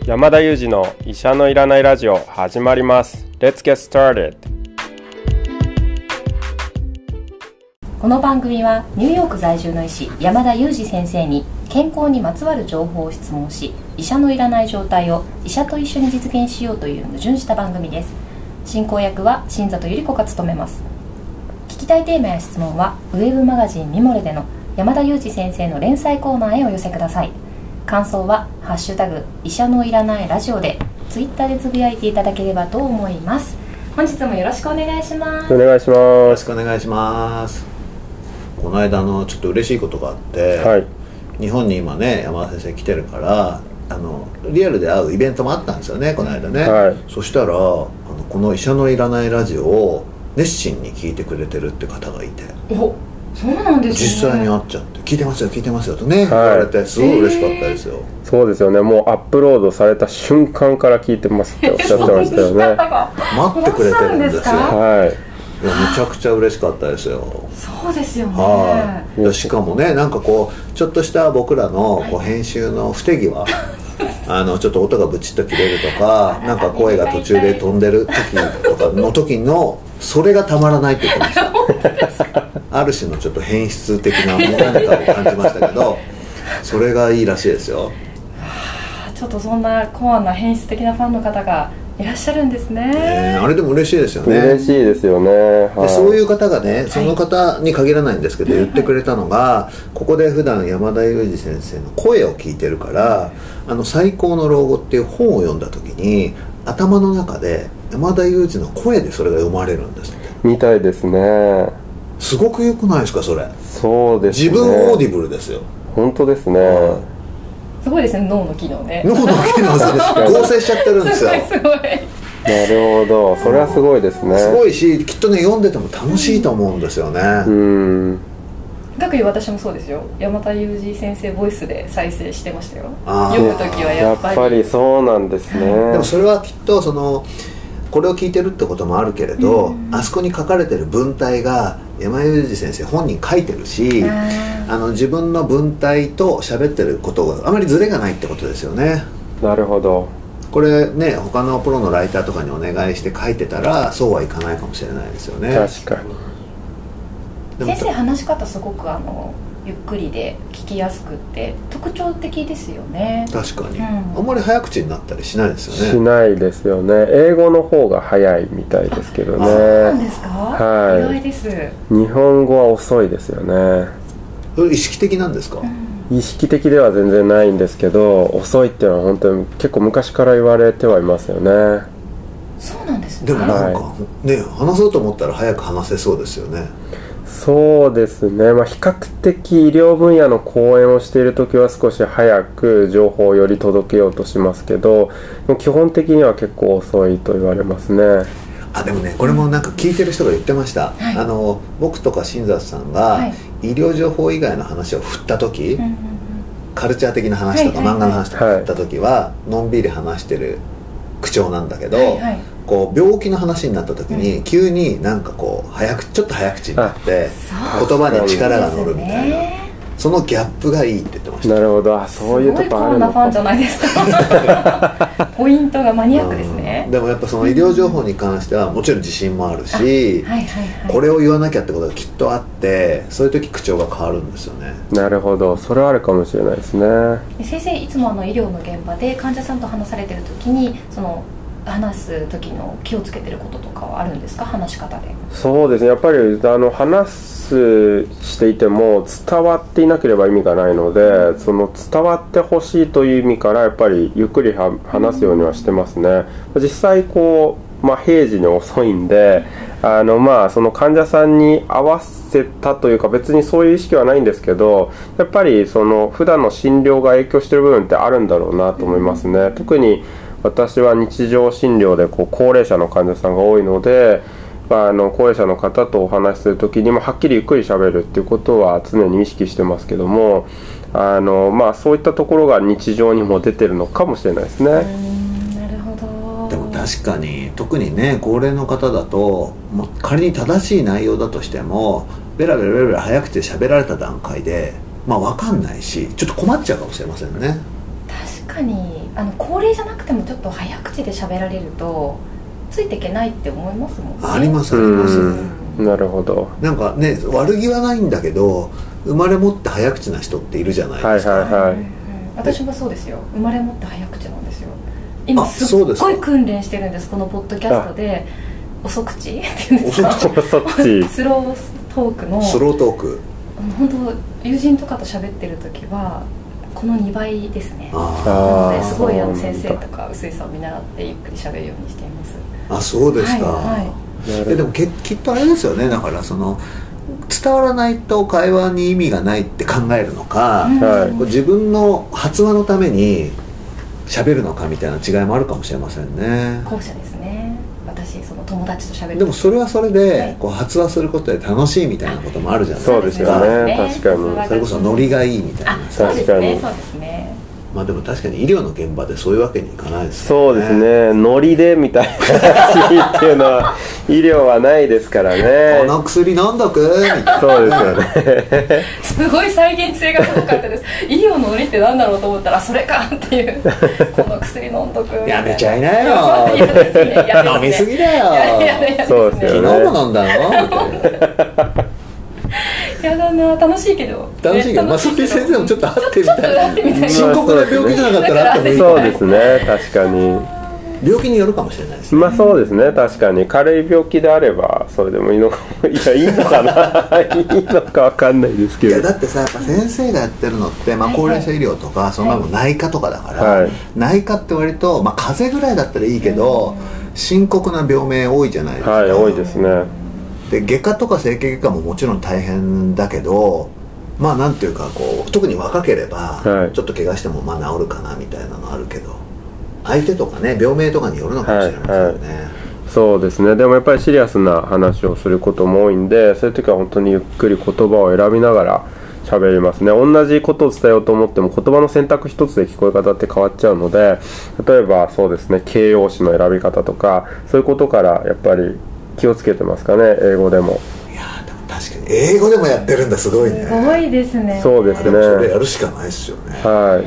山田裕二の医者のいらないラジオ始まります。 Let's get started。 この番組はニューヨーク在住の医師山田裕二先生に健康にまつわる情報を質問し、医者のいらない状態を医者と一緒に実現しようという矛盾した番組です。進行役は新里百合子が務めます。聞きたいテーマや質問はウェブマガジンミモレでの山田裕二先生の連載コーナーへお寄せください。感想はハッシュタグ医者のいらないラジオでツイッターでつぶやいていただければと思います。本日もよろしくお願いします。 お願いします。 よろしくお願いします。この間ちょっと嬉しいことがあって、はい、日本に今ね山田先生来てるからリアルで会うイベントもあったんですよね、この間ね、はい、そしたらこの医者のいらないラジオを熱心に聞いてくれてるって方がいて、 お、そうなんですね。 実際に会っちゃって聞いてますよとね、言われてすごい嬉しかったですよ。 そうですよね。もうアップロードされた瞬間から聞いてますっておっしゃってましたよね。 待ってくれてるんですよ。 はい、 いやめちゃくちゃ嬉しかったですよ。 そうですよね。 はい、しかもね、なんかこうちょっとした僕らのこう編集の不手際ちょっと音がブチッと切れるとかなんか声が途中で飛んでる時とかの時のそれがたまらないって言ってましたある種のちょっと変質的な何かを感じましたけどそれがいいらしいですよ。 ちょっとそんなコアな変質的なファンの方がいらっしゃるんですね。 あれでも嬉しいですよね。 嬉しいですよね、はい、 でそういう方がね、その方に限らないんですけど、言ってくれたのが、ここで普段山田裕二先生の声を聞いてるから最高の老後っていう本を読んだ時に頭の中で山田裕二の声でそれが読まれるんですって。 みたいですね。 すごく良くないですかそれ。 そうですね。 自分オーディブルですよ。 本当ですね、 すごいですね、脳の機能ね。 脳の機能合成しちゃってるんですよ。 すごい。 なるほど、それはすごいですね。 すごいし、きっとね読んでても楽しいと思うんですよね。 かくいう私もそうですよ。山田裕二先生ボイスで再生してましたよ。読むときはやっぱりそうなんですね。 でもそれはきっとこれを聞いてるってこともあるけれど、あそこに書かれてる文体が山田裕二先生本人書いてるし、自分の文体と喋ってることがあまりズレがないってことですよね。 なるほど。 これね、他のプロのライターとかにお願いして書いてたらそうはいかないかもしれないですよね。 確かに。 先生話し方すごくゆっくりで聞きやすくって特徴的ですよね。 確かに、あんまり早口になったりしないですよね。 しないですよね。英語の方が早いみたいですけどね。 そうなんですか。 はい、 意外です。 日本語は遅いですよね。 それ意識的なんですか。 意識的では全然ないんですけど、遅いっていうのは本当に結構昔から言われてはいますよね。 そうなんですね。 でもなんか、ね、話そうと思ったら早く話せそうですよね。 そうですね、比較的医療分野の講演をしているときは少し早く情報をより届けようとしますけど、基本的には結構遅いと言われますね。 でもね、これもなんか聞いてる人が言ってました、僕とか新里さんが医療情報以外の話を振った時、カルチャー的な話とか漫画の話とか振った時はのんびり話してる口調なんだけど、こう病気の話になった時に急になんかこうちょっと早口になって言葉に力が乗るみたいな、そのギャップがいいって言ってました。 なるほど、そういうとこあるのか。すごいコアなファンじゃないですかポイントがマニアックですね。 でもやっぱその医療情報に関してはもちろん自信もあるし、これを言わなきゃってことがきっとあって、そういう時口調が変わるんですよね。 なるほど、それはあるかもしれないですね。 先生いつも医療の現場で患者さんと話されてる時に話す時の気をつけてることとかはあるんですか、話し方で。 そうですね、やっぱり話していても伝わっていなければ意味がないので、その伝わってほしいという意味からやっぱりゆっくり話すようにはしてますね。実際平時に遅いんでその患者さんに合わせたというか別にそういう意識はないんですけど、やっぱり普段の診療が影響している部分ってあるんだろうなと思いますね。特に私は日常診療で高齢者の患者さんが多いので、高齢者の方とお話しするときにもはっきりゆっくり喋るっていうことは常に意識してますけども、そういったところが日常にも出てるのかもしれないですね。 なるほど。 でも確かに特にね、高齢の方だと仮に正しい内容だとしてもベラベラベラベラ早口で喋られた段階で分かんないしちょっと困っちゃうかもしれませんね。 確かに高齢じゃなくてもちょっと早口で喋られるとついていけないって思いますもんね。 ありますあります、 なるほど。 なんかね悪気はないんだけど生まれ持って早口な人っているじゃないですか。 はいはいはい、 私もそうですよ。生まれ持って早口なんですよ。今すっごい訓練してるんです。このポッドキャストで遅口っていうんですか、 遅口スロートークのスロートーク、 本当友人とかと喋ってる時はこの2倍ですね。なのですごい先生とか臼井さんを見習ってゆっくり喋るようにしています。 あ、そうですか、はいはい、でもきっとあれですよね。だからその伝わらないと会話に意味がないって考えるのか、自分の発話のために喋るのかみたいな違いもあるかもしれませんね。 後者ですね。私その友達と喋る。 でもそれはそれでこう発話することで楽しいみたいなこともあるじゃないですか。 そうですよね、確かに。 それこそノリがいいみたいな。 そうですね、そうですね。 まあでも確かに医療の現場でそういうわけにいかないですよね。そうですね、ノリでみたいな話っていうのは医療はないですからね。 この薬飲んどくみたいな。 そうですよねすごい再現性がすごかったです。医療のノリって何だろうと思ったらそれかっていうこの薬飲んどくやめちゃいなよ嫌ですね、嫌ですね、 飲みすぎだよ。 そうですよね。 昨日も飲んだのみたいな。 やだな、楽しいけど楽しいけど、まあそういう先生もちょっと会ってみたい。深刻な病気じゃなかったら会ってもいい。 そうですね、確かに病気によるかもしれないですね。 まあそうですね、確かに軽い病気であればそれでもいいのかも。いや、いいのかないいのか分かんないですけど。 いやだってさ、やっぱ先生がやってるのって、まあ、高齢者医療とか、その前も内科とかだから、 はい、 内科って割と、まあ、風邪ぐらいだったらいいけど、深刻な病名多いじゃないですか。 はい、多いですね。 で外科とか整形外科ももちろん大変だけど、まあなんていうかこう特に若ければ、はい、ちょっと怪我してもまあ治るかなみたいなのあるけど、相手とかね病名とかによるのかもしれませんね、はいはい、 そうですね。でもやっぱりシリアスな話をすることも多いんで、そういう時は本当にゆっくり言葉を選びながら喋りますね。同じことを伝えようと思っても言葉の選択一つで聞こえ方って変わっちゃうので、例えばそうですね、形容詞の選び方とかそういうことからやっぱり気をつけてますかね、英語でも。 いやでも確かに英語でもやってるんだ、すごいね。 すごいですね。 そうですね。 でもそれやるしかないですよね。 はい。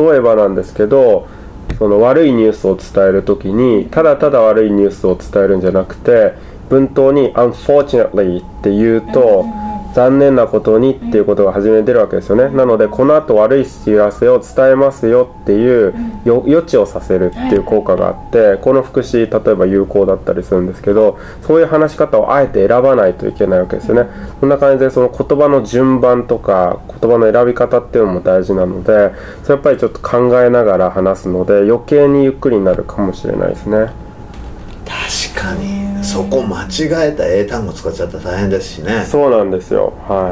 例えばなんですけど、その悪いニュースを伝えるときにただただ悪いニュースを伝えるんじゃなくて、文頭に unfortunately って言うと、残念なことにっていうことが初めに出るわけですよね。なのでこの後悪い知らせを伝えますよっていう予知をさせるっていう効果があって、この副詞例えば有効だったりするんですけど、そういう話し方をあえて選ばないといけないわけですよね。こんな感じでその言葉の順番とか言葉の選び方っていうのも大事なので、それやっぱりちょっと考えながら話すので余計にゆっくりになるかもしれないですね。 確かにそこ間違えた英単語使っちゃったら大変ですしね。 そうなんですよ。はい。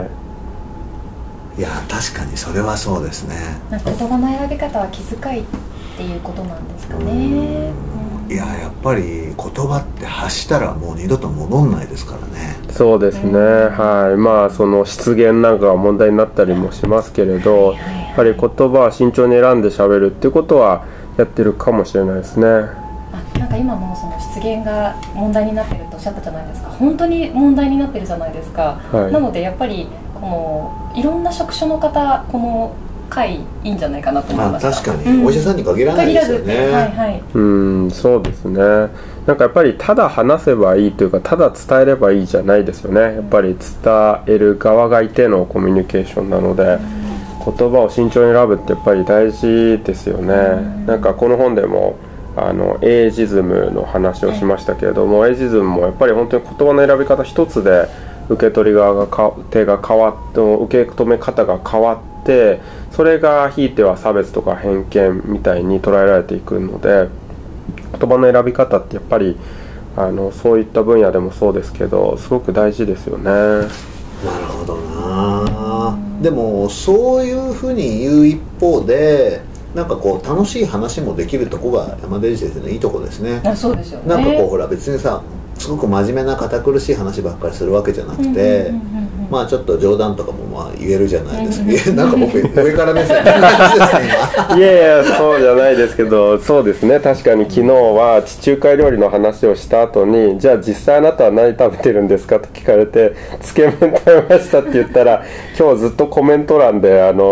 いや確かにそれはそうですね。 なんか言葉の選び方は気遣いっていうことなんですかね。 いややっぱり言葉って発したらもう二度と戻んないですからね。 そうですね、はい。まあその失言なんかは問題になったりもしますけれど、やっぱり言葉は慎重に選んで喋るっていうことはやってるかもしれないですね。 なんか今のその失言が問題になってるとおっしゃったじゃないですか。本当に問題になってるじゃないですか、はい、なのでやっぱりこのいろんな職種の方、この回いいんじゃないかなと思いました。 確かに、お医者さんに限らないですよね。はいはい、 そうですね。なんかやっぱりただ話せばいいというか、ただ伝えればいいじゃないですよね。やっぱり伝える側がいてのコミュニケーションなので、言葉を慎重に選ぶってやっぱり大事ですよね。なんかこの本でもエイジズムの話をしましたけれども、エイジズムもやっぱり本当に言葉の選び方一つで受け取り側が手が変わって受け止め方が変わって、それがひいては差別とか偏見みたいに捉えられていくので、言葉の選び方ってやっぱりそういった分野でもそうですけどすごく大事ですよね。 なるほどな。でもそういうふうに言う一方で、なんかこう楽しい話もできるとこが山田先生のいいとこですね。 そうですよね。 なんかこうほら別にさ、すごく真面目な堅苦しい話ばっかりするわけじゃなくて、まあちょっと冗談とかもまあ言えるじゃないですか。なんか僕上から目線な感じですね今。 いやいやそうじゃないですけど、そうですね。確かに昨日は地中海料理の話をした後に、じゃあ実際あなたは何食べてるんですかと聞かれて、つけ麺食べましたって言ったら、今日ずっとコメント欄で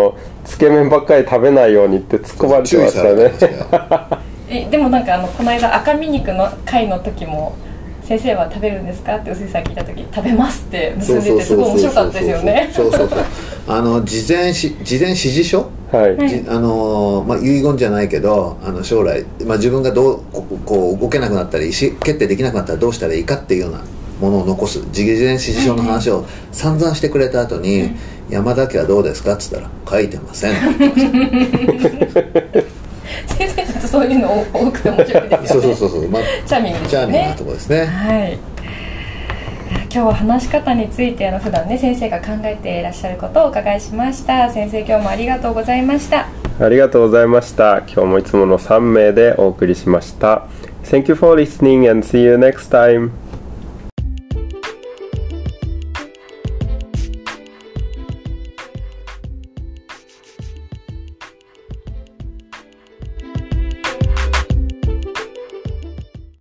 つけ麺ばっかり食べないようにって突っ込まれてましたね。でもなんかこの間赤身肉の会の時も先生は食べるんですかって臼井さん聞いた時食べますって結んでてすごい面白かったですよね。 そう事前指示書、遺言じゃないけど将来、自分がこう動けなくなったり意思決定できなくなったらどうしたらいいかっていうようなものを残す事前指示書の話を散々してくれた後に、山田家はどうですかって言ったら書いてませんって言ってました先生ちょっとそういうの多くて面白いですよね。 そう、 チャーミングですね。 チャーミングなところですね。 はい。今日は話し方について普段ね先生が考えていらっしゃることをお伺いしました。先生今日もありがとうございました。 ありがとうございました。今日もいつもの3名でお送りしました。Thank you for listening and see you next time.